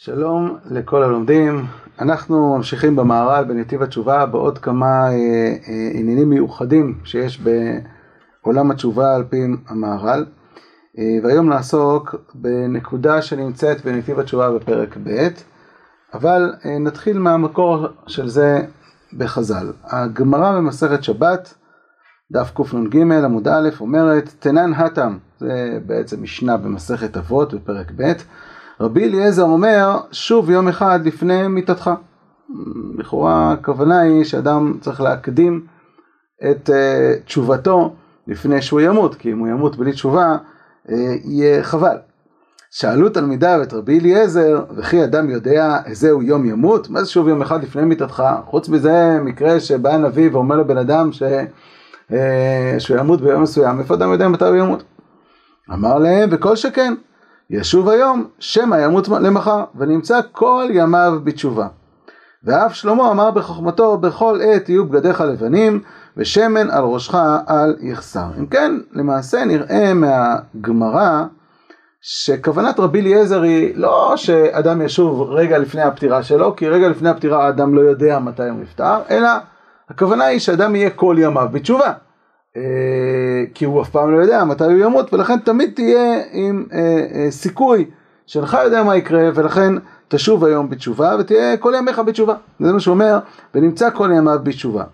שלום לכל הלומדים, אנחנו ממשיכים במהר"ל בנתיב התשובה בעוד כמה עניינים מיוחדים שיש בעולם התשובה על פי המהר"ל, והיום נעסוק בנקודה שנמצאת בנתיב התשובה בפרק ב', אבל נתחיל מהמקור של זה בחז"ל. הגמרא במסכת שבת, דף קנ"ג עמוד א', אומרת תנן התם, זה בעצם משנה במסכת אבות בפרק ב', רבי אליעזר אומר, שוב יום אחד לפני מיתתך. לכאורה הכוונה היא שאדם צריך להקדים את תשובתו לפני שהוא ימות, כי אם הוא ימות בלי תשובה, יהיה חבל. שאלו תלמידיו את רבי אליעזר, וכי אדם יודע איזהו יום ימות? מה זה שוב יום אחד לפני מיתתך? חוץ מזה מקרה שבא הנביא ואומר לבן אדם שהוא ימות ביום מסוים, איפה אדם יודע מתי הוא ימות? אמר להם, וכל שכן. ישוב היום, שמא ימות למחר, ונמצא כל ימיו בתשובה. ואף שלמה אמר בחוכמתו, בכל עת יהיו בגדיך לבנים, ושמן על ראשך אל יחסר. אם כן, למעשה נראה מהגמרא, שכוונת רבי אליעזר היא לא שאדם ישוב רגע לפני הפטירה שלו, כי רגע לפני הפטירה האדם לא יודע מתי הוא נפטר, אלא הכוונה היא שאדם יהיה כל ימיו בתשובה. כי הוא אף פעם לא יודע מתי הוא ימות, ולכן תמיד תהיה עם סיכוי שלך יודע מה יקרה, ולכן תשוב היום בתשובה ותהיה כל ימיך בתשובה. זה מה שאומר, ונמצא כל ימיו בתשובה.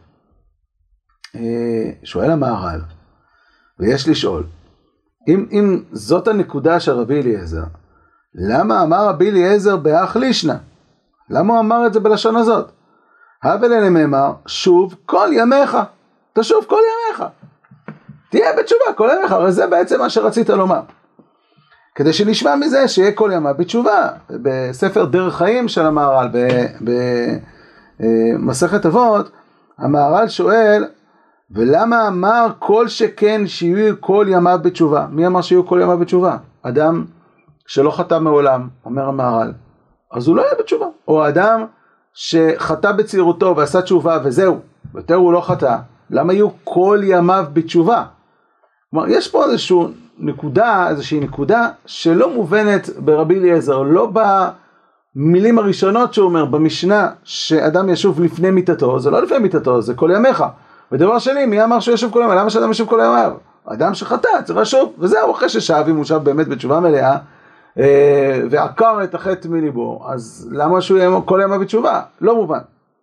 שואל המהר"ל, ויש לשאול, אם זאת הנקודה של רבי אליעזר, למה אמר רבי אליעזר באח לישנא? למה הוא אמר את זה בלשון הזאת? הווה לנאמר, שוב כל ימיך, תשוב כל ימיך. תהיה בתשובה כל ימיך, הרי זה בעצם מה שרצית לומר. כדי שנשמע מזה שיהיה כל ימיו בתשובה. בספר דרך חיים של המהר"ל, במסכת אבות, המהר"ל שואל, ולמה אמר כל שכן שיהיו כל ימיו בתשובה? מי אמר שיהיו כל ימיו בתשובה? אדם שלא חטא מעולם, אומר המהר"ל, אז הוא לא יהיה בתשובה. או אדם שחטא בצעירותו ועשה תשובה וזהו, יותר הוא לא חטא, למה יהיו כל ימיו בתשובה? כלומר, יש פה איזושהי נקודה שלא מובנת ברבי אליעזר, לא במילים הראשונות שהוא אומר במשנה שאדם ישוב לפני מיתתו, זה לא לפני מיתתו, זה כל ימיך. ודבר שני, מי אמר שהוא ישוב כל ימיו? למה שאדם ישוב כל ימיו? אדם שחטא צריך לשוב, וזהו, אחרי ששב, אם הוא שב באמת בתשובה מלאה, ועקר את החטא מליבו, אז למה שהוא יהיה כל ימיו בתשובה? לא מובן.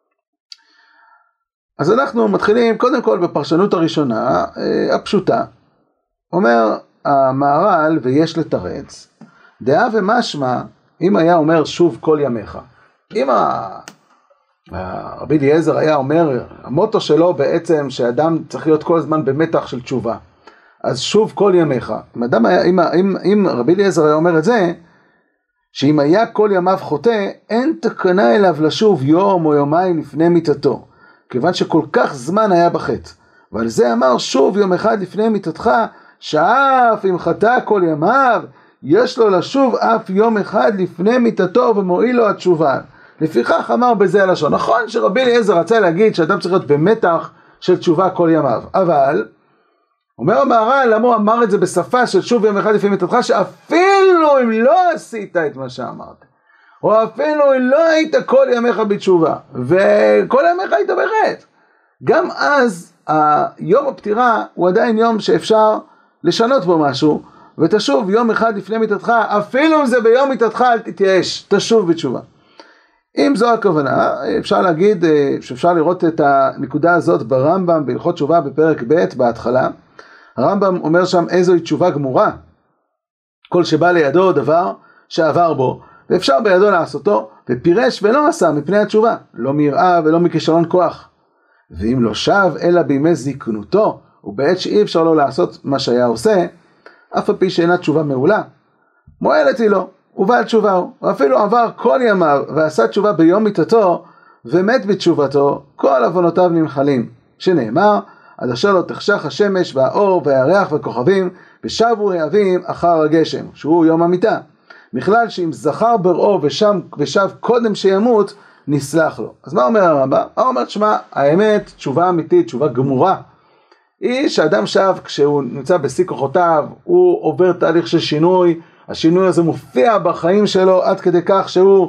אז אנחנו מתחילים קודם כל בפרשנות הראשונה, הפשוטה. אומר המהר"ל, ויש לתרץ, דעה ומשמע, אם היה אומר שוב כל ימיך. אם רבי אליעזר היה אומר, המוטו שלו בעצם שאדם צריך להיות כל הזמן במתח של תשובה. אז שוב כל ימיך. אם רבי אליעזר היה אומר את זה, שאם היה כל ימיו חוטא, אין תקנה אליו לשוב יום או יומיים לפני מיתתו. כיוון שכל כך זמן היה בחטא. ועל זה אמר שוב יום אחד לפני מיתתך, שאף אם חטא כל ימיו, יש לו לשוב אף יום אחד לפני מיתתו ומועיל לו התשובה. לפיכך אמר בזה הלשון. נכון שרבי אליעזר רצה להגיד שאדם צריך להיות במתח של תשובה כל ימיו. אבל, אומר המהר"ל, למה הוא אמר את זה בשפה של שוב יום אחד לפני מיתתך, שאפילו אם לא עשית את מה שאמרת, או אפילו אם לא היית כל ימיך בתשובה, וכל ימיך היית בחטא, גם אז יום הפטירה הוא עדיין יום שאפשר לשנות בו משהו, ותשוב יום אחד לפני מיתתך, אפילו אם זה ביום מיתתך אל תתייאש, תשוב בתשובה. אם זו הכוונה, אפשר להגיד שאפשר לראות את הנקודה הזאת ברמב"ם, בהלכות תשובה בפרק ב' בהתחלה. הרמב"ם אומר שם איזוהי תשובה גמורה, כל שבא לידו דבר שעבר בו, ואפשר בידו לעשותו, ופירש ולא עשה מפני התשובה, לא מיראה ולא מכישרון כוח. ואם לא שב אלא בימי זקנותו, ובעת שאי אפשר לו לעשות מה שהיה עושה, אף על פי שאינה תשובה מעולה, מועלת היא לו, ובעל תשובה הוא, ואפילו עבר כל ימיו, ועשה תשובה ביום מיתתו, ומת בתשובתו, כל עוונותיו נמחלים, שנאמר, עד אשר לא תחשך השמש והאור והירח והכוכבים, ושבו רעבים אחר הגשם, שהוא יום המיתה. בכלל שאם זכר בראו ושב קודם שימות, נסלח לו. אז מה אומר הרמב"ם? הוא אומר, תשמע, האמת, תשובה אמיתית, תשובה גמורה, היא שאדם שב כשהוא נמצא בשיא כוחותיו, הוא עובר תהליך של שינוי, השינוי הזה מופיע בחיים שלו עד כדי כך שהוא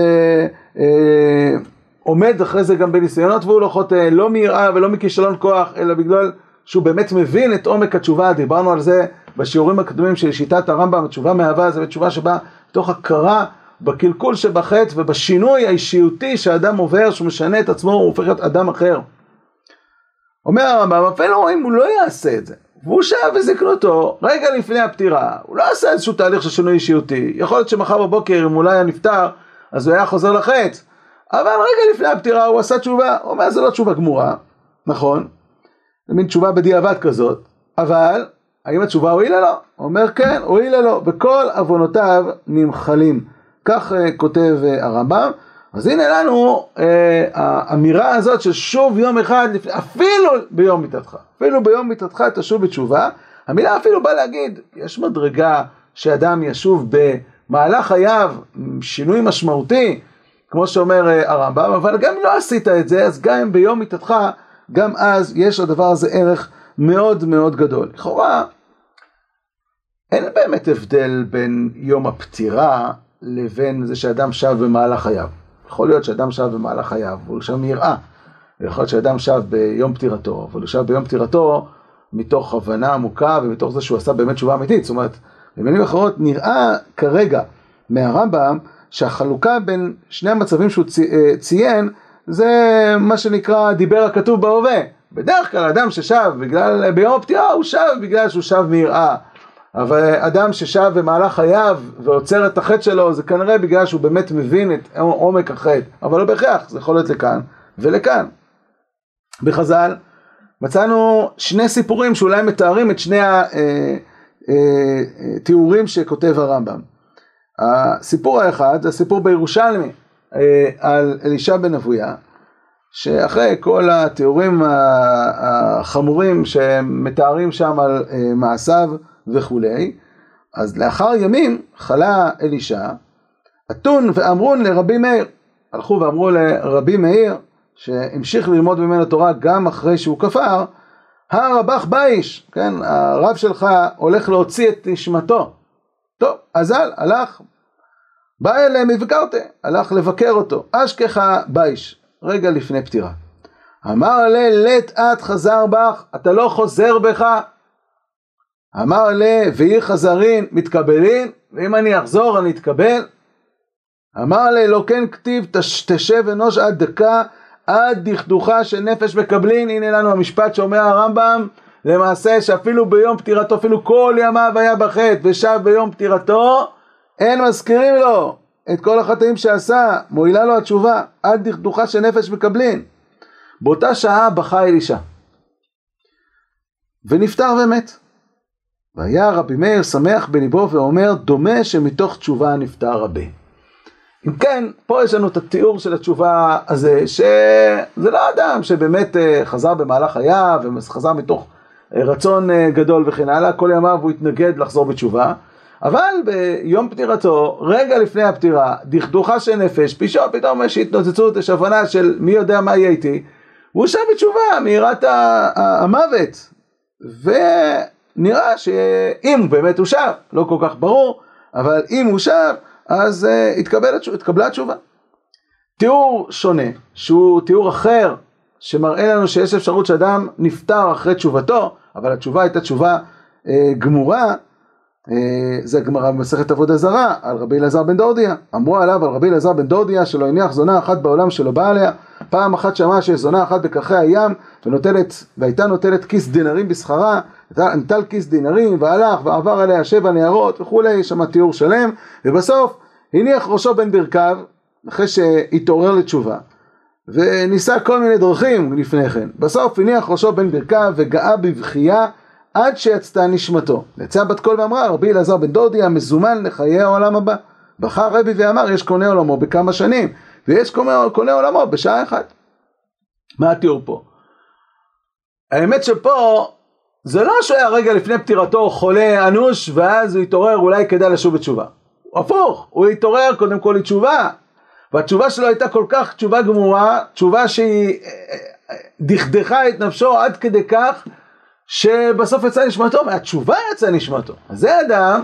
עומד אחרי זה גם בניסיונות, והוא לא חוטא, לא מיראה ולא מכישלון כוח, אלא בגלל שהוא באמת מבין את עומק התשובה. דיברנו על זה בשיעורים הקדומים של שיטת הרמב"ם. התשובה מאהבה זה תשובה שבאה מתוך הכרה בקלקול שבחטא ובשינוי האישיותי שהאדם עובר, שהוא משנה את עצמו, הוא הופך להיות אדם אחר. אומר הרמב"ם, אפילו אם הוא לא יעשה את זה, והוא שב וזקנותו רגע לפני הפטירה, הוא לא עשה איזשהו תהליך של שינוי אישיותי, יכול להיות שמחר בבוקר אם אולי היה נפטר, אז הוא היה חוזר לחטא, אבל רגע לפני הפטירה הוא עשה תשובה. הוא אומר, זה לא תשובה גמורה, נכון? זה מין תשובה בדיעבד כזאת, אבל האם התשובה הועילה לו? הוא אומר כן, הועילה לו, וכל עוונותיו נמחלים. כך כותב הרמב"ם. אז הנה לנו האמירה הזאת של שוב יום אחד, אפילו ביום מיתתך, אפילו ביום מיתתך תשוב בתשובה. המילה אפילו באה להגיד, יש מדרגה שאדם ישוב במהלך חייו, שינוי משמעותי, כמו שאומר הרמב"ם, אבל גם אם לא עשית את זה, אז גם ביום מיתתך, גם אז יש לדבר הזה ערך מאוד מאוד גדול. לכאורה, אין באמת הבדל בין יום הפטירה לבין זה שאדם שב במהלך חייו. יכול להיות שאדם שב במהלך חייו, והוא שב מיראה. ויכול להיות שאדם שב ביום פטירתו, אבל הוא שב ביום פטירתו מתוך הבנה עמוקה, ומתוך זה שהוא עשה באמת תשובה אמיתית. זאת אומרת, במילים אחרות, נראה כרגע מהרמב"ם, שהחלוקה בין שני המצבים שהוא ציין, זה מה שנקרא דיבר הכתוב בהווה. בדרך כלל אדם ששב ביום הפטירה, הוא שב בגלל שהוא שב מיראה. אבל אדם ששב במהלך חייו ועוצר את החטא שלו, זה כנראה בגלל שהוא באמת מבין את עומק החטא. אבל לא בהכרח, זה יכול להיות לכאן ולכאן. בחז"ל מצאנו שני סיפורים שאולי מתארים את שני התיאורים שכותב הרמב"ם. הסיפור האחד זה הסיפור בירושלמי על אלישע בן אבויה, שאחרי כל התיאורים החמורים שמתארים שם על מעשיו וכולי, אז לאחר ימים חלה אלישע, אתון ואמרון לרבי מאיר. הלכו ואמרו לרבי מאיר, שהמשיך ללמוד ממנו תורה גם אחרי שהוא כפר, הרבך באיש, כן, הרב שלך הולך להוציא את נשמתו. טוב, אזל, הלך, בא אליהם מבקרתה, הלך לבקר אותו, אשכחה באיש, רגע לפני פטירה. אמר לה, לית את חזר בך, אתה לא חוזר בך. אמר לה, והיא חזרין מתקבלין, ואם אני אחזור אני אתקבל. אמר לה, לא כן כתיב, תשב אנוש עד דקה, עד דכדוכה של נפש מקבלין. הנה לנו המשפט שאומר הרמב"ם, למעשה שאפילו ביום פטירתו, אפילו כל ימיו היה בחטא, ושב ביום פטירתו, אין מזכירים לו את כל החטאים שעשה, מועילה לו התשובה, עד דכדוכה של נפש מקבלין. באותה שעה בכה אלישע, ונפטר ומת. והיה רבי מאיר שמח בליבו ואומר, דומה שמתוך תשובה נפטר רבי. אם כן, פה יש לנו את התיאור של התשובה הזה, שזה לא אדם שבאמת חזר במהלך חייו, וחזר מתוך רצון גדול וכן הלאה, כל ימיו הוא התנגד לחזור בתשובה, אבל ביום פטירתו, רגע לפני הפטירה, דכדוכה של נפש, פתאום יש התנוצצות, יש הבנה של מי יודע מה יהיה איתי, הוא שב בתשובה מיראת המוות, ונראה שאם באמת הוא שב, לא כל כך ברור, אבל אם הוא שב, אז התקבלה התשובה. תיאור שונה, שהוא תיאור אחר, שמראה לנו שיש אפשרות שאדם נפטר אחרי תשובתו, אבל התשובה הייתה תשובה גמורה. זה הגמרא במסכת עבודה זרה על רבי אלעזר בן דורדיה. אמרו עליו על רבי אלעזר בן דורדיה שלא הניח זונה אחת בעולם שלא בא עליה. פעם אחת שמע שיש זונה אחת בכרכי הים והייתה נוטלת כיס דינרים בשכרה, נטל כיס דינרים והלך ועבר עליה 7 נערות וכולי. יש שם תיאור שלם, ובסוף הניח ראשו בין ברכיו אחרי שהתעורר לתשובה וניסה כל מיני דרכים לפני כן. בסוף הניח ראשו בין ברכיו וגאה בבכייה עד שיצתה נשמתו. יצאה בת קול ואמרה, רבי אלעזר בן דורדיה מזומן לחיי העולם הבא. בכה רבי ואמר, יש קונה עולמו בכמה שנים, ויש קונה עולמו בשעה אחת. מה התיאור פה? האמת שפה, זה לא שהיה רגע לפני פטירתו חולה אנוש, ואז הוא התעורר, אולי כדאי לשוב בתשובה. הפוך, הוא התעורר קודם כל לתשובה, והתשובה שלו הייתה כל כך תשובה גמורה, תשובה שהיא דכדכה את נפשו עד כדי כך, שבסוף יצא נשמתו, מהתשובה יצא נשמתו. אז זה אדם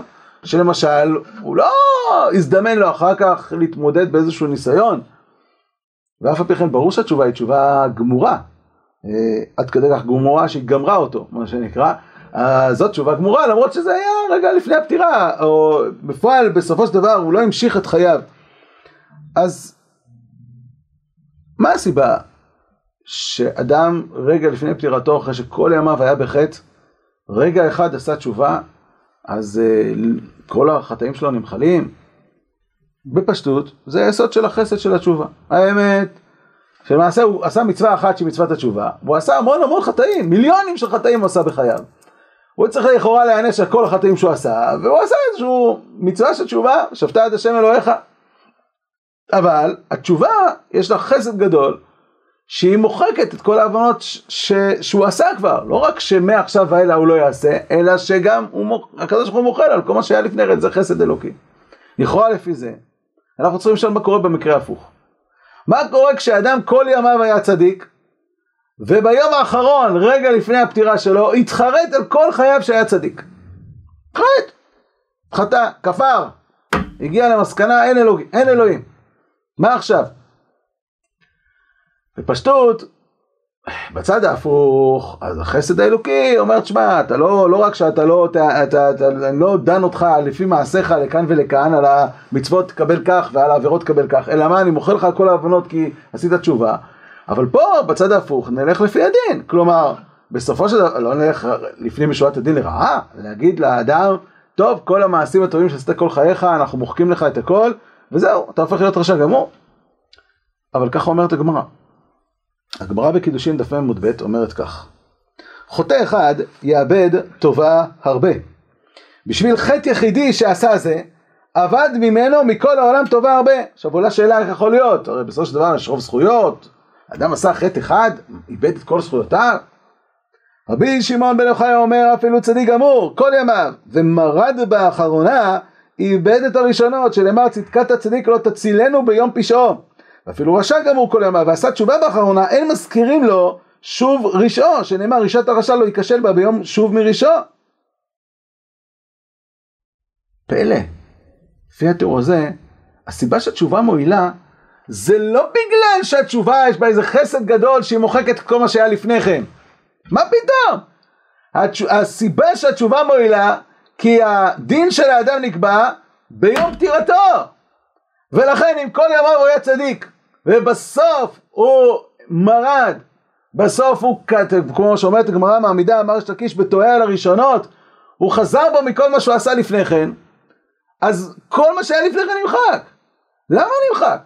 שלמשל הוא לא הזדמן לו אחר כך להתמודד באיזשהו ניסיון, ואף על פי כן ברור שהתשובה היא תשובה גמורה, עד כדי כך גמורה שהיא גמרה אותו, מה שנקרא. זאת תשובה גמורה, למרות שזה היה רגע לפני הפטירה, או בפועל בסופו של דבר הוא לא המשיך את חייו. אז מה הסיבה שאדם רגע לפני פטירתו, אחרי שכל ימיו היה בחטא, רגע אחד עשה תשובה, אז כל החטאים שלו נמחלים? בפשטות, זה היסוד של החסד של התשובה. האמת, שלמעשה הוא עשה מצווה אחת שהיא מצוות התשובה, והוא עשה המון חטאים, מיליונים של חטאים הוא עשה בחייו. הוא צריך לכאורה להיענש על כל החטאים שהוא עשה, והוא עשה איזשהו מצווה של תשובה, שפטה עד השם אלוהיך. אבל התשובה יש לה חסד גדול, שהיא מוחקת את כל העוונות שהוא עשה כבר. לא רק שמעכשיו ואלה הוא לא יעשה, אלא שגם הקדוש ברוך הוא מוחל על כל מה שהיה לפני כן, זה חסד אלוקי. לכאורה לפי זה, אנחנו צריכים לשאול מה קורה במקרה הפוך. מה קורה כשאדם כל ימיו היה צדיק, וביום האחרון, רגע לפני הפטירה שלו, התחרט על כל חייו שהיה צדיק. חטא, כפר, הגיע למסקנה, אין אלוהים. מה עכשיו? בפשטות, בצד ההפוך, אז החסד האלוקי אומר, תשמע, אתה לא רק שאתה לא דן אותך לפי מעשיך לכאן ולכאן, על המצוות תקבל כך ועל העבירות תקבל כך, אלא מה, אני מוחל לך על כל העוונות כי עשית תשובה. אבל פה, בצד ההפוך, נלך לפי הדין. כלומר, בסופו של דבר, לא נלך לפני משורת הדין לרעה, להגיד לאדם, טוב, כל המעשים הטובים שעשית כל חייך, אנחנו מוחקים לך את הכל, וזהו, אתה הופך להיות רשע גמור. אבל ככה אומרת הגמרא. הגמרא בקידושין דף מ"ב אומרת כך: חוטא אחד יאבד טובה הרבה. בשביל חטא יחידי שעשה זה, עבד ממנו מכל העולם טובה הרבה. עכשיו עולה שאלה איך יכול להיות, הרי בסופו של דבר יש רוב זכויות, אדם עשה חטא אחד, איבד את כל זכויותיו. רבי שמעון בן יוחאי אומר, אפילו צדיק גמור כל ימיו ומרד באחרונה, איבד את הראשונות, שנאמר צדקת הצדיק לא תצילנו ביום פשעו. ואפילו רשע גמור כל ימיו ועשה תשובה באחרונה, אין מזכירים לו שוב רשעו, שנאמר רשעת הרשע לא ייכשל בה ביום שוב מרשעו. פלא. לפי התיאור הזה, הסיבה שהתשובה מועילה, זה לא בגלל שהתשובה יש בה איזה חסד גדול שהיא מוחקת כל מה שהיה לפני כן. מה פתאום? הסיבה שהתשובה מועילה, כי הדין של האדם נקבע ביום פטירתו. ולכן אם כל ימיו הוא היה צדיק, ובסוף הוא מרד, בסוף הוא, כמו שאומרת הגמרא מעמידה, אמר שתקיש בטועה על הראשונות, הוא חזר בו מכל מה שהוא עשה לפני כן, אז כל מה שהיה לפני כן נמחק. למה נמחק?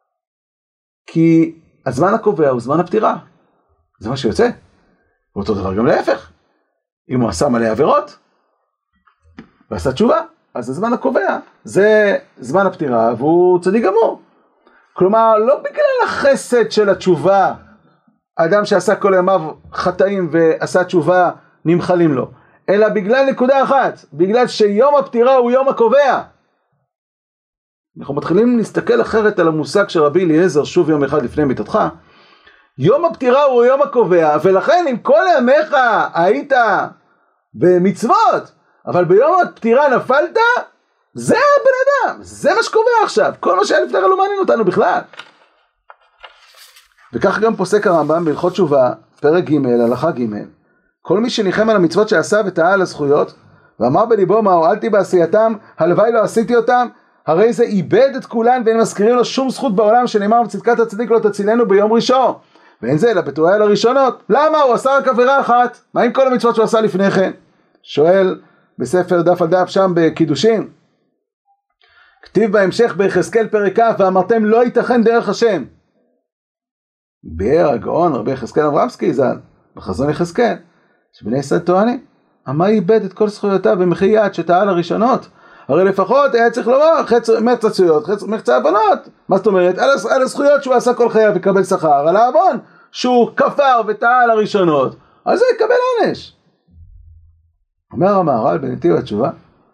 כי הזמן הקובע הוא זמן הפטירה. זה מה שיוצא. ואותו דבר גם להפך. אם הוא עשה מלא עבירות, ועשה תשובה, אז הזמן הקובע זה זמן הפטירה, והוא צדיק גמור. כלומר, לא בגלל החסד של התשובה, האדם שעשה כל ימיו חטאים ועשה תשובה נמחלים לו, אלא בגלל נקודה אחת, בגלל שיום הפטירה הוא יום הקובע. אנחנו מתחילים להסתכל אחרת על המושג של רבי אליעזר, שוב יום אחד לפני מיתתך. יום הפטירה הוא יום הקובע, ולכן אם כל ימיך היית במצוות, אבל ביום הפטירה נפלת, זה הבן אדם, זה מה שקובע עכשיו. כל מה שהיה לפני כן לא מעניין אותנו בכלל. וכך גם פוסק הרמב"ם בהלכות תשובה, פרק ג' הלכה ג', כל מי שניחם על המצוות שעשה וטעה על הזכויות, ואמר בליבו מה הועלתי בעשייתם, הלוואי לא עשיתי אותם, הרי זה איבד את כולן ואין מזכירים לו שום זכות בעולם, שנאמר צדקת הצדיק לא תצילנו ביום ראשון. ואין זה אלא בטועה על הראשונות. למה? הוא עשה רק עבירה אחת. מה עם כל המצוות שהוא עשה לפני כן? שואל בספר דף על דף שם בקידושין, כתיב בהמשך ביחזקאל פרק כ', ואמרתם לא ייתכן דרך השם. ביאר הגאון רבי יחזקאל אברמסקי ז"ל בחזון יחזקאל, שבני ישראל טוענים, מה איבד את כל זכויותיו במחי יד שטעה על הראשונות? הרי לפחות היה צריך לומר מחצה זכויות, מחצה עוונות. מה זאת אומרת? על הזכויות שהוא עשה כל חייו יקבל שכר, על העוון שהוא כפר וטעה על הראשונות, אז זה יקבל עונש. אומר המהר"ל בנתיב התשובה,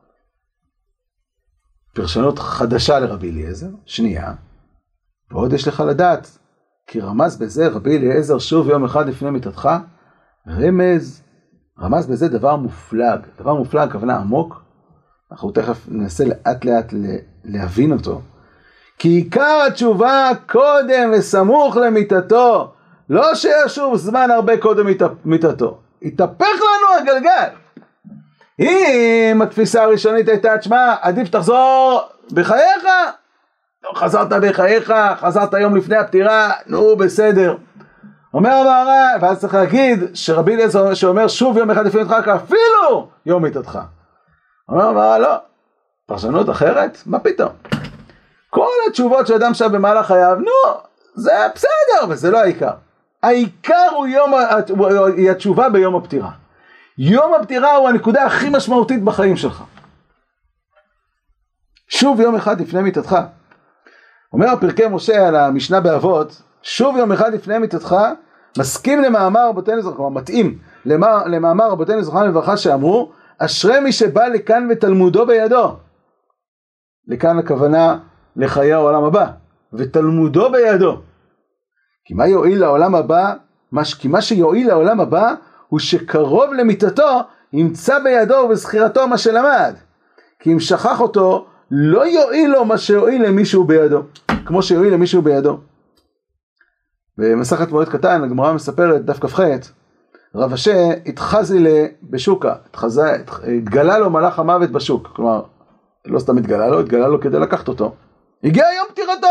פרשנות חדשה לרבי אליעזר, שנייה, ועוד יש לך לדעת, כי רמז בזה רבי אליעזר שוב יום אחד לפני מיתתך, רמז בזה דבר מופלג, הכוונה עמוק, אנחנו תכף ננסה לאט לאט להבין אותו. כי עיקר התשובה קודם וסמוך למיתתו, לא שישוב זמן הרבה קודם מיתתו. יתהפך לנו הגלגל. אם התפיסה הראשונית הייתה, תשמע, עדיף תחזור בחייך, לא חזרת בחייך, חזרת יום לפני הפטירה, נו בסדר. אומר המהר"ל, ואז צריך להגיד שרבי אליעזר שאומר שוב יום אחד לפני מיתתך, אפילו יום מיתתך. אומר המהר"ל, לא, פרשנות אחרת, מה פתאום? כל התשובות שאדם שם במהלך חייו, נו, זה בסדר, אבל זה לא העיקר. העיקר היא התשובה ביום הפטירה. יום הפטירה הוא הנקודה הכי משמעותית בחיים שלך. שוב יום אחד לפני מיתתך. אומר פרקי משה על המשנה באבות, שוב יום אחד לפני מיתתך, מסכים למאמר רבותינו זכרם, כלומר מתאים למאמר רבותינו זכרם לברכה שאמרו, אשרי מי שבא לכאן ותלמודו בידו. לכאן הכוונה לחיי העולם הבא, ותלמודו בידו. כי מה יועיל לעולם הבא? כי מה שיועיל לעולם הבא הוא שקרוב למיתתו ימצא בידו ובזכירתו מה שלמד. כי אם שכח אותו לא יועיל לו מה שיועיל למישהו בידו, כמו שיועיל למישהו בידו. במסכת מועד קטן הגמרא מספרת דף כ"ח, רב אשה התחזי בשוקה, התגלה לו מלאך המוות בשוק, כלומר לא סתם התגלה לו כדי לקחת אותו. הגיע יום פטירתו,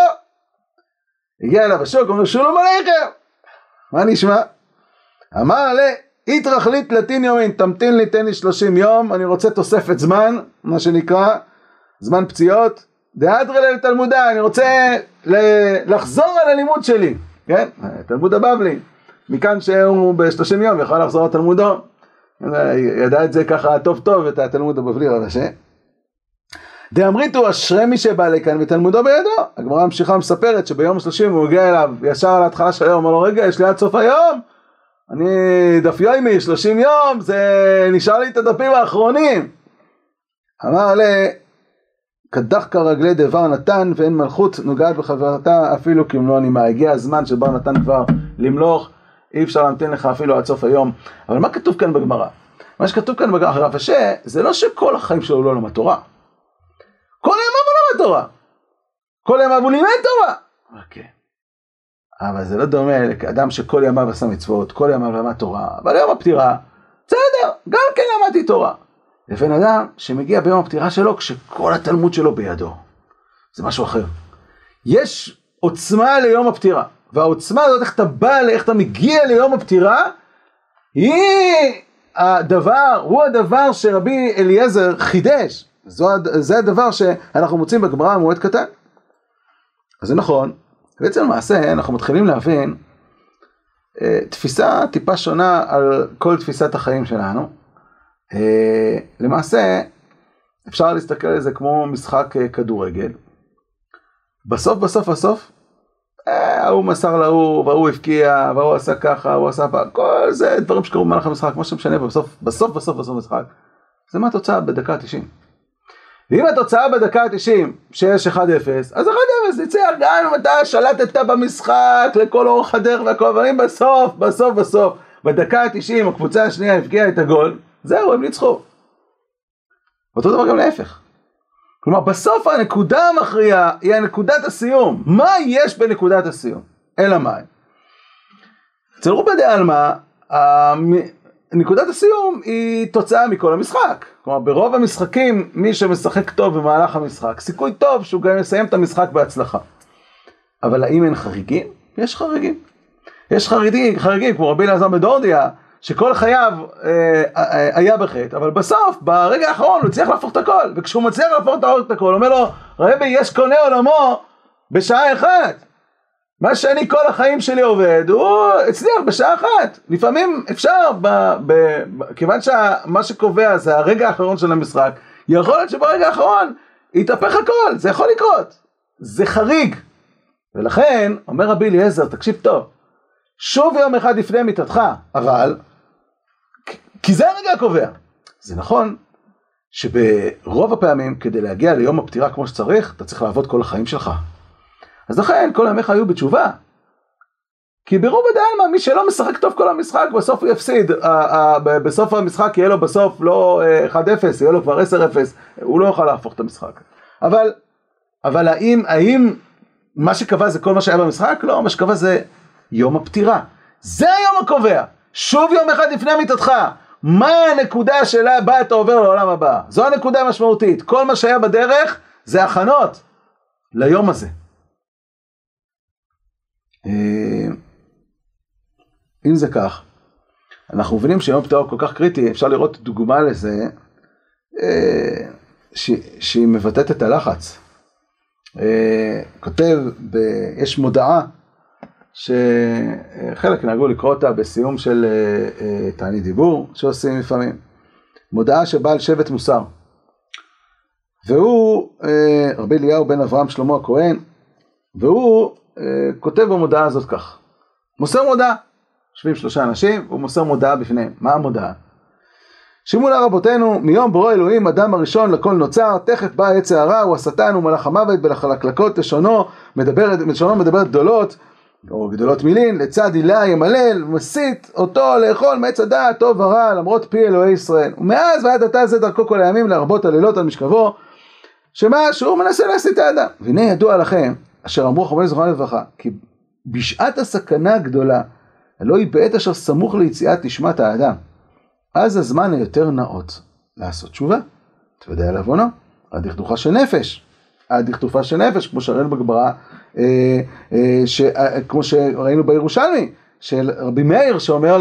הגיע אליו השוק, אומר שלום עליכם, מה נשמע? אמר לה, התרחלית לטין יומין, תמתין לי, תן לי 30 יום, אני רוצה תוספת זמן, מה שנקרא, זמן פציעות, דאדרלה לתלמודה, אני רוצה לחזור על הלימוד שלי, כן? תלמוד הבבלי, מכאן שהוא ב-30 יום יכול לחזור על תלמודו, ידע את זה ככה טוב טוב, את התלמוד הבבלי רב אשה. דאמריתו אשרי מי שבא לכאן ותלמודו בידו. הגמרא ממשיכה מספרת שביום 30 הוא הגיע אליו ישר על ההתחלה של היום, אמר לו רגע יש לי עד סוף היום, אני דף יומי 30 יום, זה נשאר לי את הדפים האחרונים. אמר לה, קדח כרגלי דבר נתן ואין מלכות נוגעת בחברתה אפילו כמלוא נימה. הגיע הזמן שבר נתן כבר למלוך, אי אפשר להמתין לך אפילו עד סוף היום. אבל מה כתוב כאן בגמרא? מה שכתוב כאן בגמרא, רב אשה, זה לא שכל החיים שלו לא למד תורה. כל ימיו הוא למד תורה. כל ימיו הוא לימד תורה. אוקיי. אבל זה לא דומה לאדם שכל ימיו עשה מצוות, כל ימיו למד תורה. אבל יום הפטירה, בסדר, גם כן למדתי תורה. לבין אדם שמגיע ביום הפטירה שלו כשכל התלמוד שלו בידו. זה משהו אחר. יש עוצמה ליום הפטירה. והעוצמה הזאת, איך אתה בא, איך אתה מגיע ליום הפטירה, הוא הדבר שרבי אליעזר חידש. זה הדבר שאנחנו מוצאים בגמרא במועד קטן. אז זה נכון. בעצם למעשה אנחנו מתחילים להבין תפיסה טיפה שונה על כל תפיסת החיים שלנו. למעשה אפשר להסתכל על זה כמו משחק כדורגל. בסוף הוא מסר להוא, והוא הפקיע, והוא עשה ככה, הוא עשה פעם, כל זה דברים שקרו במהלך המשחק, מה שמשנה בסוף משחק, זה מה התוצאה בדקה 90. ואם התוצאה בדקה 90 שיש 1-0, אז 1-0 ניצח, גם אם אתה שלטת במשחק לכל אורך הדרך והכל, אבל אם בסוף, בדקה 90 הקבוצה השנייה הפקיעה את הגול, זהו, הם ניצחו. ואותו דבר גם להפך. כלומר, בסוף הנקודה המכריעה היא נקודת הסיום. מה יש בנקודת הסיום? אלא מה? אצל רובי דעלמא, נקודת הסיום היא תוצאה מכל המשחק. כלומר, ברוב המשחקים, מי שמשחק טוב במהלך המשחק, סיכוי טוב שהוא גם יסיים את המשחק בהצלחה. אבל האם אין חריגים? יש חריגים. יש חריגים כמו רבי אלעזר בדורדיה, שכל חייו היה בחטא, אבל בסוף, ברגע האחרון, הוא הצליח להפוך את הכל, וכשהוא מצליח להפוך את הכל, הוא אומר לו, רבי, יש קונה עולמו בשעה אחת. מה שאני כל החיים שלי עובד, הוא הצליח בשעה אחת. לפעמים אפשר, כיוון שמה שקובע זה הרגע האחרון של המשחק, יכול להיות שברגע האחרון יתהפך הכל, זה יכול לקרות. זה חריג. ולכן, אומר רבי אליעזר, תקשיב טוב, שוב יום אחד לפני מיתתך, אבל, כי זה הרגע הקובע. זה נכון שברוב הפעמים, כדי להגיע ליום הפטירה כמו שצריך, אתה צריך לעבוד כל החיים שלך. אז לכן, כל ימיך היו בתשובה. כי ברוב הדלמה, מי שלא משחק טוב כל המשחק, בסוף הוא יפסיד. בסוף המשחק יהיה לו בסוף לא 1-0, יהיה לו כבר 10-0, הוא לא יוכל להפוך את המשחק. אבל האם מה שקבע זה כל מה שהיה במשחק? לא, מה שקבע זה יום הפטירה. זה היום הקובע. שוב יום אחד לפני מיתתך. מה הנקודה שלה בה אתה עובר לעולם הבא? זו הנקודה המשמעותית. כל מה שהיה בדרך זה הכנות ליום הזה. אם זה כך, אנחנו מבינים שיום הפטירה הוא כל כך קריטי, אפשר לראות דוגמה לזה, שהיא מבטאת את הלחץ. כותב, יש מודעה, שחלק נהגו לקרוא אותה בסיום של תענית דיבור, שעושים לפעמים. מודעה שבעל שבט מוסר. והוא, רבי אליהו בן אברהם שלמה הכהן, והוא כותב במודעה הזאת כך. מוסר מודעה. יושבים 3 אנשים, הוא מוסר מודעה בפניהם. מה המודעה? שימו לה רבותינו, מיום ברוא אלוהים, אדם הראשון לכל נוצר, תכף בא עץ הרע, הוא השטן, הוא מלאך המוות, בלחלקלקות לשונו מדברת גדולות, או גדולות מילין, לצד הילה ימלל, מסית אותו לאכול מעץ הדעת, טוב ורע, למרות פי אלוהי ישראל. ומאז ועד עתה זה דרכו כל הימים, להרבות הלילות על משכבו, שהוא מנסה להסית את האדם. והנה ידוע לכם, אשר אמרו חכמינו זיכרונם לברכה, כי בשעת הסכנה הגדולה, הלא היא בעת אשר סמוך ליציאת נשמת האדם, אז הזמן היותר נאות לעשות תשובה. אתה יודע לעוונו, עד דכדוכה של נפש. עד דכדוכה של נפש, כמו שראינו בגמרא, כמו שראינו בירושלמי, של רבי מאיר שאומר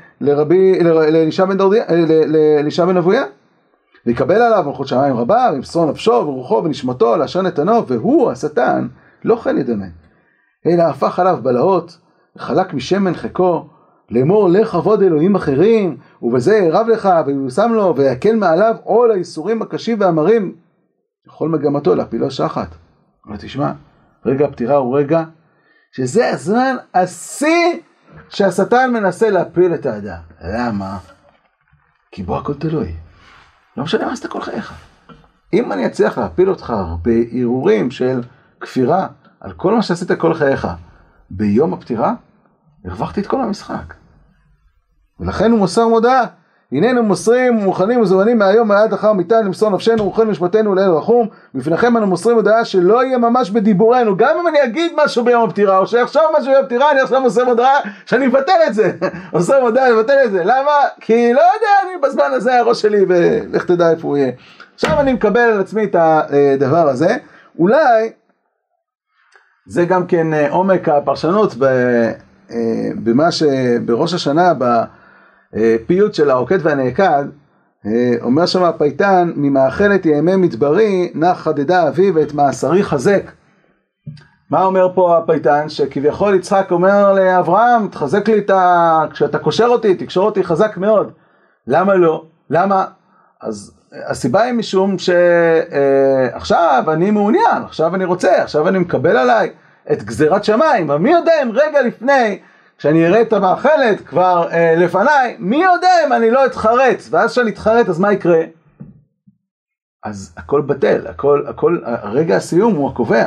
לאלישע בן אבויה, ויקבל עליו מלכות שמיים רבה, וימסור נפשו ורוחו ונשמתו לאשר נתנו, והוא השטן לא כן ידמה, אלא הפך עליו בלהות, וחלק משמן חיקו, לאמור לך עבוד אלוהים אחרים, ובזה ירב לך ויושם לו, ויקל מעליו עול האיסורים הקשים והמרים, יכול מגמתו להפילו שחת. אבל תשמע, רגע הפטירה הוא רגע, שזה הזמן השיא שהשטן מנסה להפיל את האדם. למה? כי בו הכל תלוי. לא משנה מה עשית כל חייך. אם אני אצליח להפיל אותך בערעורים של כפירה, על כל מה שעשית כל חייך, ביום הפטירה, הרווחתי את כל המשחק. ולכן הוא מוסר מודעה, הננו מוסרים ומוכנים וזומנים מהיום ועד אחר מיתה למסור נפשנו וכל משפטנו לאל רחום, בפניכם אנו מוסרים מודעה שלא יהיה ממש בדיבורנו, גם אם אני אגיד משהו ביום הפטירה, או שיחשוב משהו ביום הפטירה, אני עכשיו מוסר מודעה שאני מבטל את זה, מוסר מודעה אני מבטל את זה, למה? כי לא יודע, אני בזמן הזה הראש שלי ולך תדע איפה הוא יהיה. עכשיו אני מקבל על עצמי את הדבר הזה, אולי זה גם כן עומק הפרשנות במה שבראש השנה, בפיוט של העוקד והנעקד, אומר שם הפייטן, ממאכלת ימי מדברי נח חדדה אבי ואת מאסרי חזק. מה אומר פה הפייטן? שכביכול יצחק אומר לאברהם, תחזק לי כשאתה קושר אותי, תקשור אותי חזק מאוד. למה לא? למה? אז הסיבה היא משום שעכשיו אני מעוניין, עכשיו אני רוצה, עכשיו אני מקבל עליי את גזירת שמיים, ומי יודע אם רגע לפני, כשאני אראה את המאכלת כבר לפניי, מי יודע אם אני לא אתחרץ, ואז כשאני אתחרץ אז מה יקרה? אז הכל בטל, הכל, רגע הסיום הוא הקובע.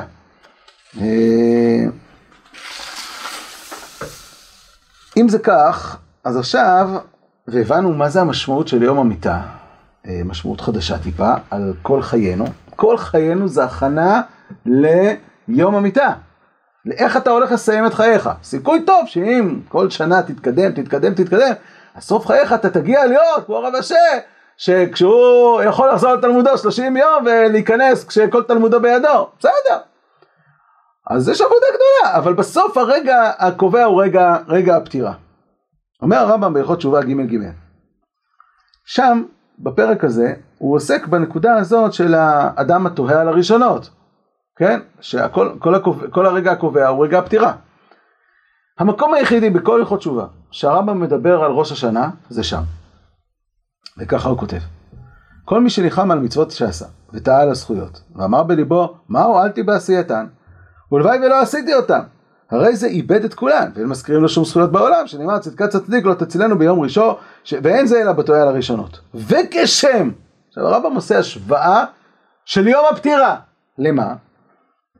אם זה כך, אז עכשיו, והבנו מה זה המשמעות של יום המיטה, משמעות חדשה טיפה, על כל חיינו. כל חיינו זה הכנה ליום המיטה. לאיך אתה הולך לסיים את חייך. סיכוי טוב שאם כל שנה תתקדם, הסוף חייך אתה תגיע להיות כמו רב אשר, שכשהוא יכול לחזור לתלמודו 30 יום ולהיכנס כשכל תלמודו בידו. בסדר. אז יש עבודה גדולה, אבל בסוף הרגע הקובע הוא רגע הפטירה. אומר הרמב"ם בהלכות תשובה ג' שם, בפרק הזה, הוא עוסק בנקודה הזאת של האדם התוהה על הראשונות. כן? כל הרגע הקובע הוא רגע הפטירה. המקום היחידי בכל הלכות תשובה, שהרמב"ם מדבר על ראש השנה, זה שם. וככה הוא כותב. כל מי שניחם על מצוות שעשה, וטעה על הזכויות, ואמר בליבו, מה הועלתי בעשייתן? ולוואי ולא עשיתי אותם. הרי זה איבד את כולן, והם מזכירים לו שום זכויות בעולם, שנאמר צדקת צדיק לא תצילנו ביום ראשון, ואין זה אלא בתוהה על הראשונות. וכשם, עכשיו הרמב"ם עושה השוואה של יום הפטירה. למה?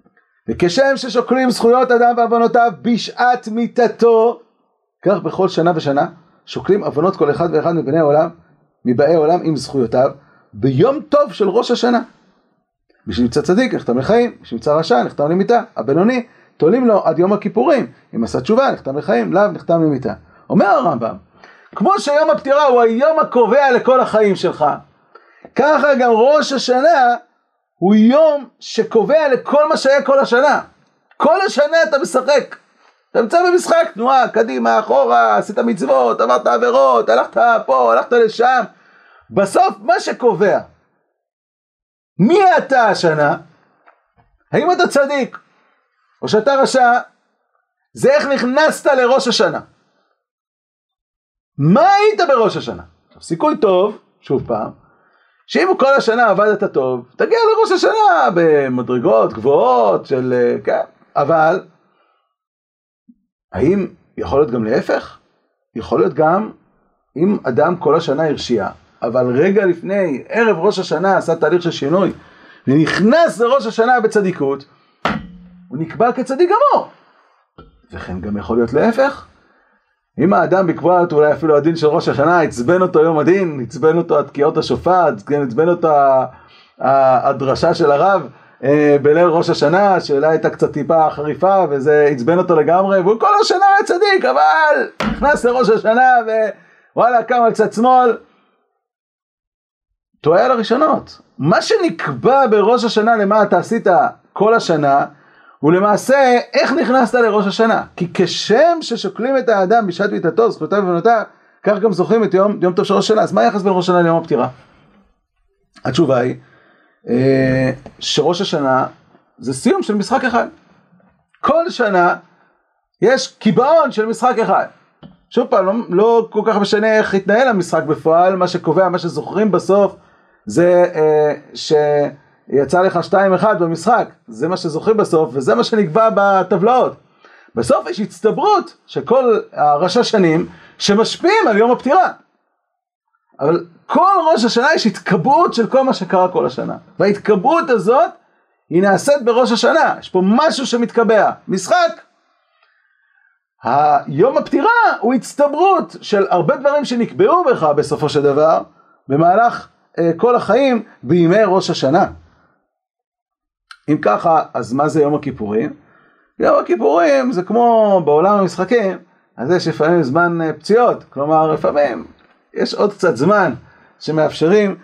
וכשם ששוקלים זכויות אדם ועוונותיו בשעת מיתתו, כך בכל שנה ושנה שוקלים עוונות כל אחד ואחד מבאי עולם עם זכויותיו, ביום טוב של ראש השנה. מי שנמצא צדיק נחתם לחיים, מי שנמצא רשע נחתם למיתה, הבינוני תולים לו עד יום הכיפורים, אם עשה תשובה נחתם לחיים, לאו נחתם למיתה. אומר הרמב"ם, כמו שיום הפטירה הוא היום הקובע לכל החיים שלך, ככה גם ראש השנה הוא יום שקובע לכל מה שהיה כל השנה. כל השנה אתה משחק, אתה נמצא במשחק תנועה, קדימה, אחורה, עשית מצוות, עברת עבירות, הלכת פה, הלכת לשם. בסוף מה שקובע מי אתה השנה, האם אתה צדיק או שאתה רשע, זה איך נכנסת לראש השנה. מה היית בראש השנה? סיכוי טוב, שוב פעם, שאם כל השנה עבדת טוב, תגיע לראש השנה במדרגות גבוהות של, כן, אבל האם יכול להיות גם להפך? יכול להיות גם אם אדם כל השנה הרשיע, אבל רגע לפני, ערב ראש השנה עשה תהליך של שינוי, ונכנס לראש השנה בצדיקות, הוא נקבע כצדיק גמור. וכן גם יכול להיות להפך. אם האדם בקבועת אולי אפילו הדין של ראש השנה, עצבן אותו יום הדין, עצבן אותו התקיעות השופט, עצבן אותו הדרשה של הרב בליל ראש השנה, שאלה הייתה קצת טיפה חריפה, וזה עצבן אותו לגמרי, והוא כל השנה היה צדיק, אבל נכנס לראש השנה ווואלה קם על צד שמאל. טועה לראשונות. מה שנקבע בראש השנה למה אתה עשית כל השנה, ולמעשה, איך נכנסת לראש השנה? כי כשם ששוקלים את האדם בשעת מיתתו, זכויותיו ועוונותיו, כך גם זוכרים את יום טוב של ראש השנה. אז מה היחס בין ראש השנה ליום הפטירה? התשובה היא, שראש השנה זה סיום של משחק אחד. כל שנה יש קיבעון של משחק אחד. שוב פעם, לא כל כך משנה איך התנהל המשחק בפועל, מה שקובע, מה שזוכרים בסוף, זה שיצא לך 2-1 במשחק, זה מה שזוכרים בסוף, וזה מה שנקבע בטבלאות. בסוף יש הצטברות של כל ראש השנים שמשפיעים על יום הפטירה. אבל כל ראש השנה יש התקבעות של כל מה שקרה כל השנה. וההתקבעות הזאת היא נעשית בראש השנה. יש פה משהו שמתקבע. משחק. היום הפטירה הוא הצטברות של הרבה דברים שנקבעו בך בסופו של דבר, במהלך כל החיים בימי ראש השנה. אם ככה, אז מה זה יום הכיפורים? יום הכיפורים זה כמו בעולם המשחקים, אז יש לפעמים זמן פציעות, כלומר לפעמים יש עוד קצת זמן שמאפשרים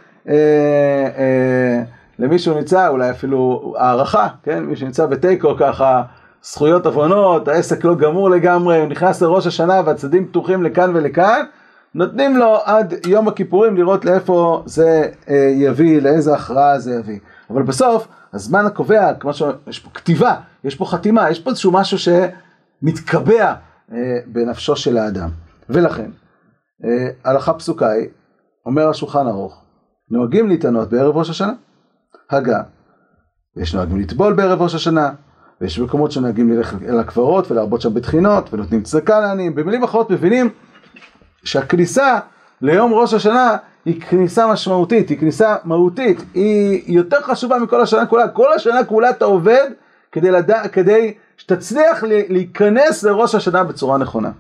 למישהו נמצא, אולי אפילו הערכה, כן? מישהו נמצא בטייקו ככה, זכויות עוונות, העסק לא גמור לגמרי, הוא נכנס לראש השנה והצדדים פתוחים לכאן ולכאן, נותנים לו עד יום הכיפורים לראות לאיפה זה יביא, לאיזה הכרעה זה יביא. אבל בסוף, הזמן הקובע, כמו שיש פה כתיבה, יש פה חתימה, יש פה איזשהו משהו שמתקבע בנפשו של האדם. ולכן, הלכה פסוקה היא, אומר השולחן ערוך, נוהגים להתענות בערב ראש השנה, הגה, ויש נוהגים לטבול בערב ראש השנה, ויש מקומות שנוהגים ללכת אל הקברות ולהרבות שם בתחינות, ונותנים צדקה לעניים. במילים אחרות מבינים שהכניסה ליום ראש השנה היא כניסה משמעותית, היא כניסה מהותית, היא יותר חשובה מכל השנה כולה. כל השנה כולה אתה עובד כדי שתצליח להיכנס לראש השנה בצורה נכונה.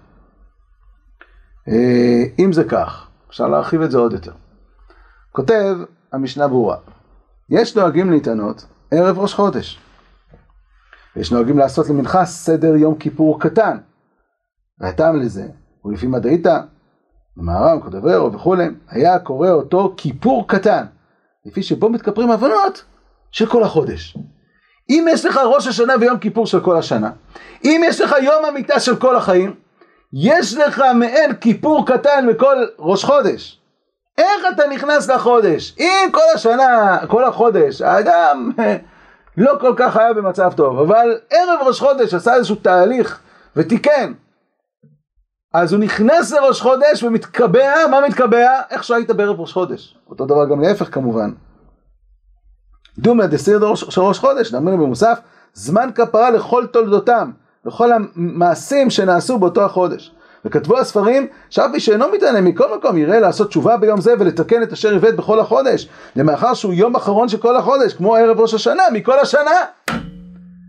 אם זה כך, אפשר להרחיב את זה עוד יותר. כותב המשנה ברורה, יש נוהגים להתענות ערב ראש חודש. יש נוהגים לעשות למנחה סדר יום כיפור קטן. והטעם לזה, ולפי מדעיתא, במהר"ם, קודברו וכו', היה קורא אותו כיפור קטן, לפי שבו מתכפרים עוונות של כל החודש. אם יש לך ראש השנה ויום כיפור של כל השנה, אם יש לך יום המיטה של כל החיים, יש לך מעין כיפור קטן בכל ראש חודש. איך אתה נכנס לחודש? אם כל השנה, כל החודש, האדם לא כל כך היה במצב טוב, אבל ערב ראש חודש עשה איזשהו תהליך ותיקן, אז הוא נכנס לראש חודש ומתקבע. מה מתקבע? איך שהיית בערב ראש חודש. אותו דבר גם להפך כמובן. דומא דסיר של ראש חודש, נאמר במוסף, זמן כפרה לכל תולדותם, לכל המעשים שנעשו באותו החודש. וכתבו הספרים, שאף מי שאינו מתענה מכל מקום יראה לעשות תשובה ביום זה ולתקן את אשר עיוות בכל החודש, למאחר שהוא יום אחרון של כל החודש, כמו ערב ראש השנה, מכל השנה.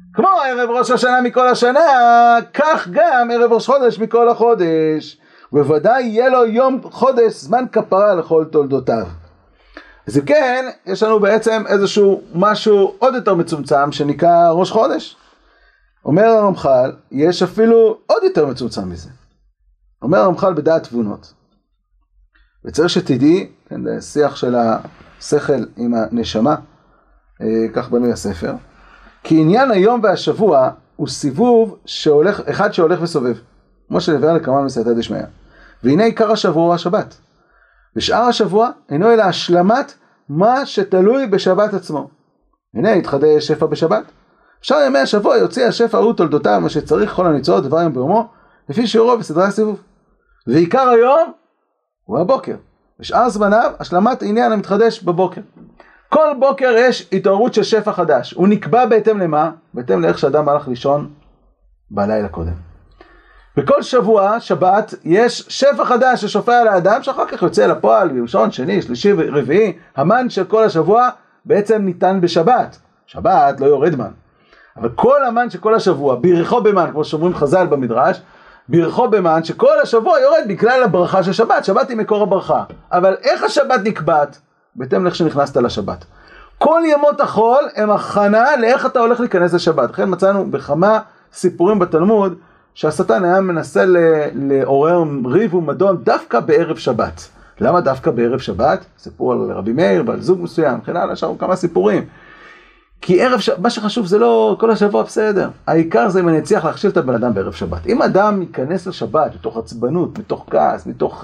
כמו ערב ראש השנה מכל השנה, כך גם ערב ראש חודש מכל החודש. בוודאי יהיה לו יום חודש זמן כפרה לכל תולדותיו. אז אם כן, יש לנו בעצם איזשהו משהו עוד יותר מצומצם שנקרא ראש חודש. אומר הרמח"ל, יש אפילו עוד יותר מצומצם מזה. אומר הרמח"ל בדעת תבונות. וצריך שתדעי, כן, שיח של השכל עם הנשמה, כך בנוי הספר, כי עניין היום והשבוע הוא סיבוב שהולך, אחד שהולך וסובב, כמו שנביא לכמה מסייעתא דשמיא. והנה עיקר השבוע הוא השבת. ושאר השבוע אינו אלא השלמת מה שתלוי בשבת עצמו. הנה התחדש שפע בשבת. שאר ימי השבוע יוציא השפע הוא תולדותיו, מה שצריך כל הניצועות דבר יום ביומו, לפי שיעורו בסדרי הסיבוב. ועיקר היום הוא הבוקר. ושאר זמניו השלמת עניין המתחדש בבוקר. כל בוקר יש התעוררות של שפע חדש. הוא נקבע בהתאם למה? בהתאם לאיך שאדם הלך לישון בלילה קודם. בכל שבוע, שבת, יש שפע חדש ששופע על האדם, שאחר כך יוצא לפועל, ראשון, שני, שלישי ורביעי. המן של כל השבוע בעצם ניתן בשבת. שבת לא יורד מן. אבל כל המן של כל השבוע, בירכו במן, כמו שאומרים חז"ל במדרש, בירכו במן שכל השבוע יורד בגלל הברכה של שבת. שבת היא מקור הברכה. אבל איך השבת נקבעת? בהתאם לאיך שנכנסת לשבת. כל ימות החול הם הכנה לאיך אתה הולך להיכנס לשבת. לכן מצאנו בכמה סיפורים בתלמוד, שהשטן היה מנסה לעורר ריב ומדון דווקא בערב שבת. למה דווקא בערב שבת? סיפור על רבי מאיר ועל זוג מסוים, כן הלאה, שם כמה סיפורים. כי ערב שבת, מה שחשוב זה לא כל השבוע בסדר. העיקר זה אם אני אצליח להכשיל את הבן אדם בערב שבת. אם אדם ייכנס לשבת מתוך עצבנות, מתוך כעס, מתוך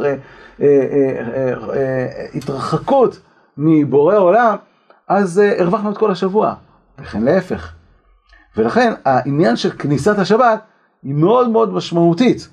התרחקות מבורא עולם, אז הרווחנו את כל השבוע. וכן להפך. ולכן העניין של כניסת השבת היא מאוד מאוד משמעותית.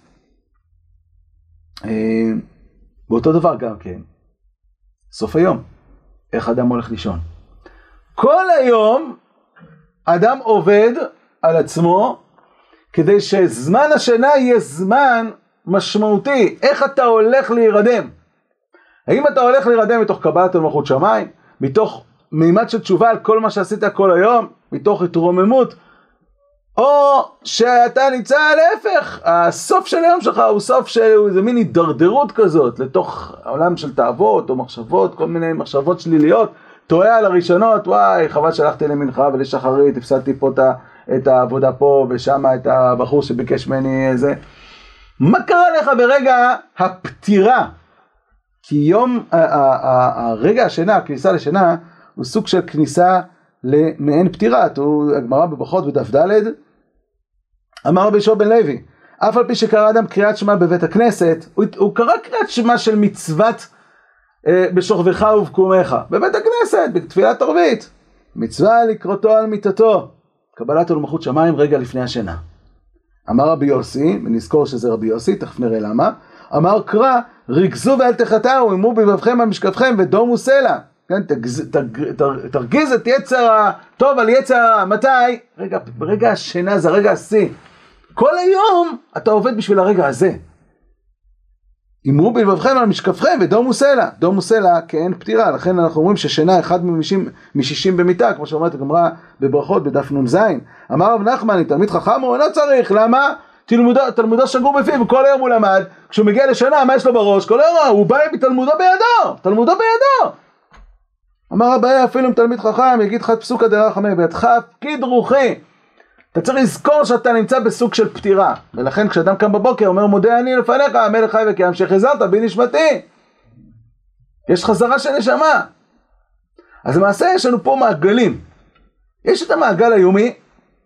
באותו דבר גם כן, סוף היום, איך אדם הולך לישון. כל היום אדם עובד על עצמו, כדי שזמן השינה יהיה זמן משמעותי. איך אתה הולך להירדם? האם אתה הולך להירדם מתוך קבלת מלכות שמיים, מתוך מימד של תשובה על כל מה שעשית כל היום, מתוך התרוממות, או שאתה נמצא להפך, הסוף של היום שלך הוא סוף של איזה מין הידרדרות כזאת, לתוך העולם של תאוות או מחשבות, כל מיני מחשבות שליליות, טועה על הראשונות, וואי, חבל שהלכתי למנחה ולשחרית, הפסדתי פה את העבודה פה, ושם את הבחור שביקש ממני איזה. מה קרה לך ברגע הפטירה? כי יום, הרגע השינה, הכניסה לשינה, הוא סוג של כניסה למעין פטירה. הגמרא בברכות בדף ד', אמר רבי יהושע בן לוי, אף על פי שקרא אדם קריאת שמע בבית הכנסת, הוא קרא קריאת שמע של מצוות בשוכבך ובקומך, בבית הכנסת, בתפילת ערבית. מצווה לקרותו על מיטתו, קבלתו למלכות שמיים רגע לפני השינה. אמר רבי יוסי, ונזכור שזה רבי יוסי, תכף נראה למה, אמר קרא, רגזו ואל תחטאו, אמו בלבבכם על משכבכם ודומו סלע. כן, תרגיז את יצר הטוב על יצר הרע. מתי? ברגע השינה, זה רגע השיא. כל היום אתה עובד בשביל הרגע הזה. אמרו בלבבכם על משכבכם ודומו סלע. דומו סלע כאין פטירה, לכן אנחנו אומרים ששינה אחד מ-60 במיטה, כמו שאומרת הגמרא בברכות בדף נ"ז. אמר רב נחמן, תלמיד חכם הוא לא צריך, למה? תלמודו שגור בפיו, וכל היום הוא למד, כשהוא מגיע לשנה, מה יש לו בראש? כל היום הוא בא בתלמודו בידו, תלמודו בידו. אמר רבי, אפילו אם תלמיד חכם יגיד לך את פסוק דרחמי, בידך פקיד רוחי. אתה צריך לזכור שאתה נמצא בסוג של פטירה, ולכן כשאדם קם בבוקר אומר מודה אני לפניך, המלך חי וקיים שחזרת בי נשמתי. יש חזרה של נשמה. אז למעשה יש לנו פה מעגלים. יש את המעגל היומי,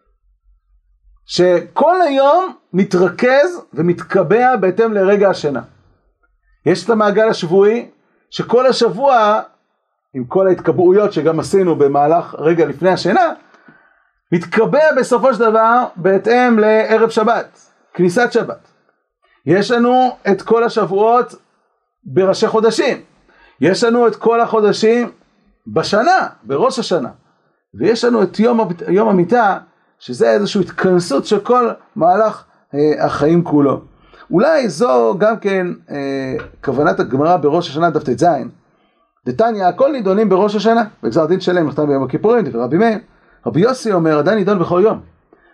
שכל היום מתרכז ומתקבע בהתאם לרגע השינה. יש את המעגל השבועי, שכל השבוע, עם כל ההתקבעויות שגם עשינו במהלך רגע לפני השינה, מתקבע בסופו של דבר בהתאם לערב שבת, כניסת שבת. יש לנו את כל השבועות בראשי חודשים. יש לנו את כל החודשים בשנה, בראש השנה. ויש לנו את יום המיטה, שזה איזושהי התכנסות של כל מהלך החיים כולו. אולי זו גם כן כוונת הגמרא בראש השנה דף ט"ז. דתניא, הכל נידונים בראש השנה, בגזר דין שלם נכתב ביום הכיפורים, דבר רבי מאיר. רבי יוסי אומר, אדם נידון בכל יום.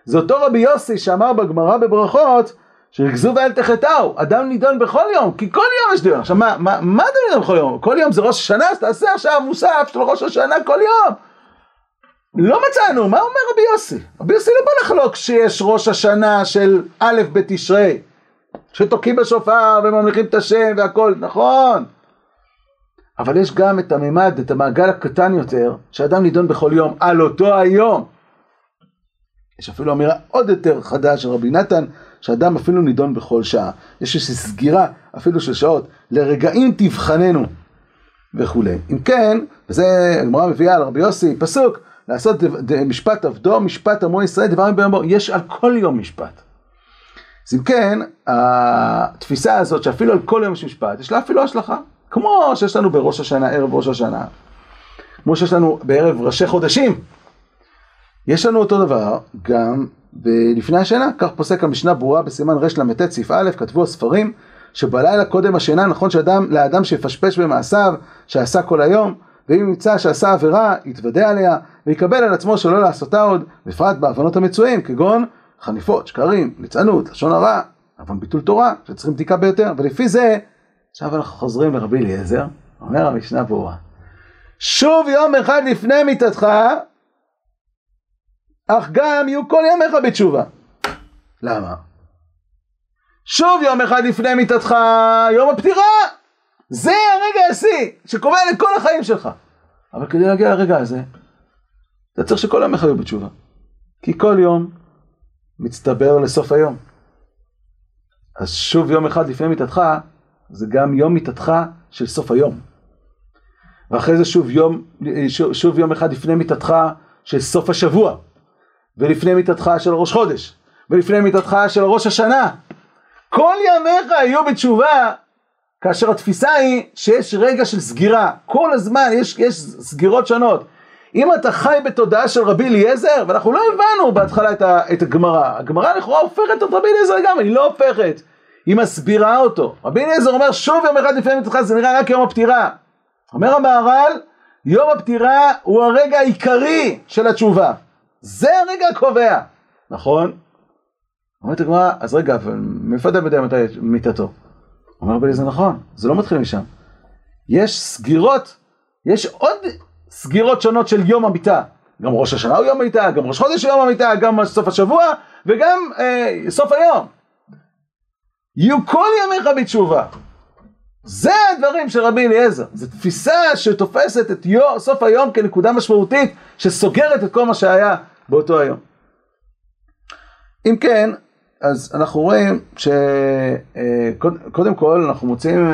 זה אותו רבי יוסי שאמר בגמרא בברכות, שרגזו ואל תחטאו, אדם נידון בכל יום, כי כל יום יש דיון. עכשיו מה אדם נידון בכל יום? כל יום זה ראש השנה, אז תעשה עכשיו מוסף של ראש השנה כל יום. לא מצאנו, מה אומר רבי יוסי? רבי יוסי לא בא לחלוק שיש ראש השנה של א' בתשרי, שתוקעים בשופר וממליכים את השם והכל, נכון. אבל יש גם את הממד, את המעגל הקטן יותר, שאדם נידון בכל יום, על אותו היום. יש אפילו אמירה עוד יותר חדה של רבי נתן, שאדם אפילו נידון בכל שעה. יש איזושהי סגירה, אפילו של שעות, לרגעים תבחננו, וכו'. אם כן, וזה הגמרא מביאה על רבי יוסי, פסוק, לעשות משפט עבדו, משפט עמו ישראל, דבר ביומו, יש על כל יום משפט. אז אם כן, התפיסה הזאת שאפילו על כל יום יש משפט, יש לה אפילו השלכה. כמו שיש לנו בראש השנה, ערב ראש השנה, כמו שיש לנו בערב ראשי חודשים, יש לנו אותו דבר גם לפני השנה. כך פוסק המשנה ברורה בסימן רש למתת סעיף א', כתבו הספרים שבלילה קודם השינה נכון לאדם שיפשפש במעשיו שעשה כל היום, ואם ימצא שעשה עבירה יתוודע עליה ויקבל על עצמו שלא לעשותה עוד, בפרט בעוונות המצויים כגון חניפות, שקרים, ליצנות, לשון הרע, אבל ביטול תורה שצריכים בדיקה ביותר. ולפי זה עכשיו אנחנו חוזרים לרבי אליעזר, אומר המשנה ברורה, שוב יום אחד לפני מיתתך, אך גם יהיו כל ימיך בתשובה. למה? שוב יום אחד לפני מיתתך, יום הפטירה, זה הרגע השיא שקובע לכל החיים שלך. אבל כדי להגיע לרגע הזה, אתה צריך שכל ימיך יהיו בתשובה. כי כל יום מצטבר לסוף היום. אז שוב יום אחד לפני מיתתך, זה גם יום מיתתך של סוף היום. ואחרי זה שוב יום אחד לפני מיתתך של סוף השבוע. ולפני מיתתך של ראש חודש. ולפני מיתתך של ראש השנה. כל ימיך יהיו בתשובה, כאשר התפיסה היא שיש רגע של סגירה. כל הזמן יש סגירות שונות. אם אתה חי בתודעה של רבי אליעזר, ואנחנו לא הבנו בהתחלה את הגמרא. הגמרא לכאורה הופכת את רבי אליעזר גם, היא לא הופכת. היא מסבירה אותו. רבי אליעזר אומר שוב יום אחד לפני מיתתך, זה נראה רק יום הפטירה. אומר המהר"ל, יום הפטירה הוא הרגע העיקרי של התשובה. זה הרגע הקובע. נכון? אומרת הגמרא, אז רגע, מאיפה אתה יודע מתי מיתתו? אומר רבי אליעזר, נכון, זה לא מתחיל משם. יש סגירות, יש עוד סגירות שונות של יום המיתה. גם ראש השנה הוא יום המיתה, גם ראש חודש הוא יום המיתה, גם סוף השבוע, וגם סוף היום. יהיו כל ימיך בתשובה. זה הדברים של רבי אליעזר. זו תפיסה שתופסת את סוף היום כנקודה משמעותית, שסוגרת את כל מה שהיה באותו היום. אם כן, אז אנחנו רואים שקודם כל אנחנו מוצאים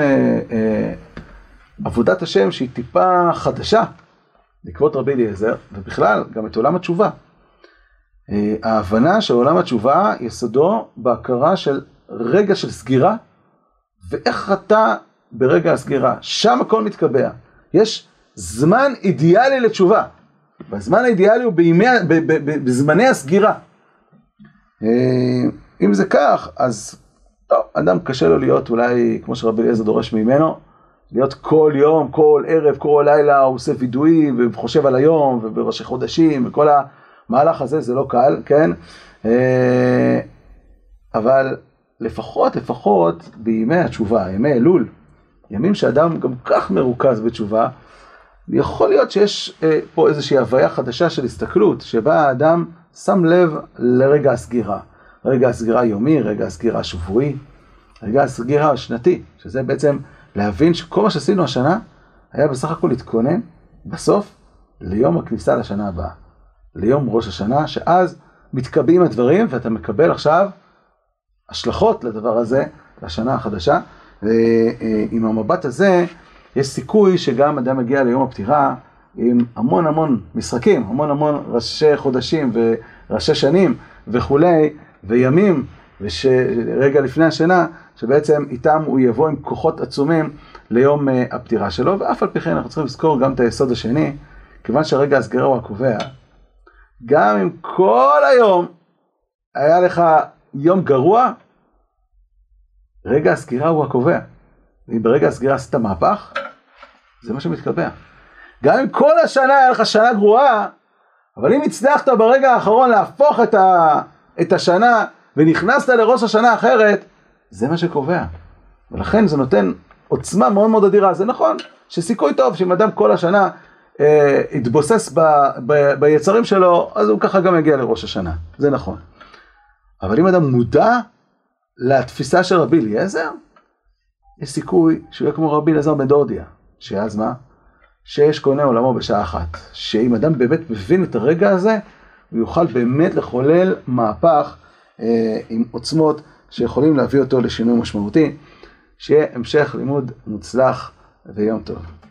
עבודת השם שהיא טיפה חדשה בעקבות רבי אליעזר, ובכלל גם את עולם התשובה. ההבנה של עולם התשובה יסודו בהכרה של רגע של סגירה, ואיך אתה ברגע הסגירה, שם הכל מתקבע. יש זמן אידיאלי לתשובה, והזמן האידיאלי הוא בזמני הסגירה. אם זה כך, אז טוב, אדם קשה לו להיות אולי, כמו שרבי אליעזר דורש ממנו, להיות כל יום, כל ערב, כל לילה, הוא עושה וידוי וחושב על היום ובראשי חודשים וכל המהלך הזה, זה לא קל, כן? אבל לפחות בימי התשובה, ימי אלול, ימים שאדם גם כך מרוכז בתשובה, יכול להיות שיש פה איזושהי הוויה חדשה של הסתכלות, שבה האדם שם לב לרגע הסגירה. רגע הסגירה יומי, רגע הסגירה שבועי, רגע הסגירה שנתי, שזה בעצם להבין שכל מה שעשינו השנה, היה בסך הכל להתכונן בסוף ליום הכניסה לשנה הבאה. ליום ראש השנה, שאז מתקבעים הדברים, ואתה מקבל עכשיו השלכות לדבר הזה, לשנה החדשה. ועם המבט הזה, יש סיכוי שגם אדם מגיע ליום הפטירה, עם המון משחקים, המון ראשי חודשים וראשי שנים וכולי, וימים, רגע לפני השנה, שבעצם איתם הוא יבוא עם כוחות עצומים ליום הפטירה שלו, ואף על פי כן אנחנו צריכים לזכור גם את היסוד השני, כיוון שהרגע הסגירה הוא הקובע, גם אם כל היום היה לך יום גרוע, רגע הסגירה הוא הקובע. ואם ברגע הסגירה עשית מהפך, זה מה שמתקבע. גם אם כל השנה היה לך שנה גרועה, אבל אם הצלחת ברגע האחרון להפוך את את השנה ונכנסת לראש השנה אחרת, זה מה שקובע. ולכן זה נותן עוצמה מאוד מאוד אדירה. זה נכון שסיכוי טוב שאם אדם כל השנה יתבוסס ביצרים שלו, אז הוא ככה גם יגיע לראש השנה. זה נכון. אבל אם אדם מודע לתפיסה של רבי אליעזר, יש סיכוי שהוא יהיה כמו רבי אליעזר בן דורדיה. שאז מה? שיש קונה עולמו בשעה אחת. שאם אדם באמת מבין את הרגע הזה, הוא יוכל באמת לחולל מהפך עם עוצמות שיכולים להביא אותו לשינוי משמעותי. שיהיה המשך לימוד מוצלח ויום טוב.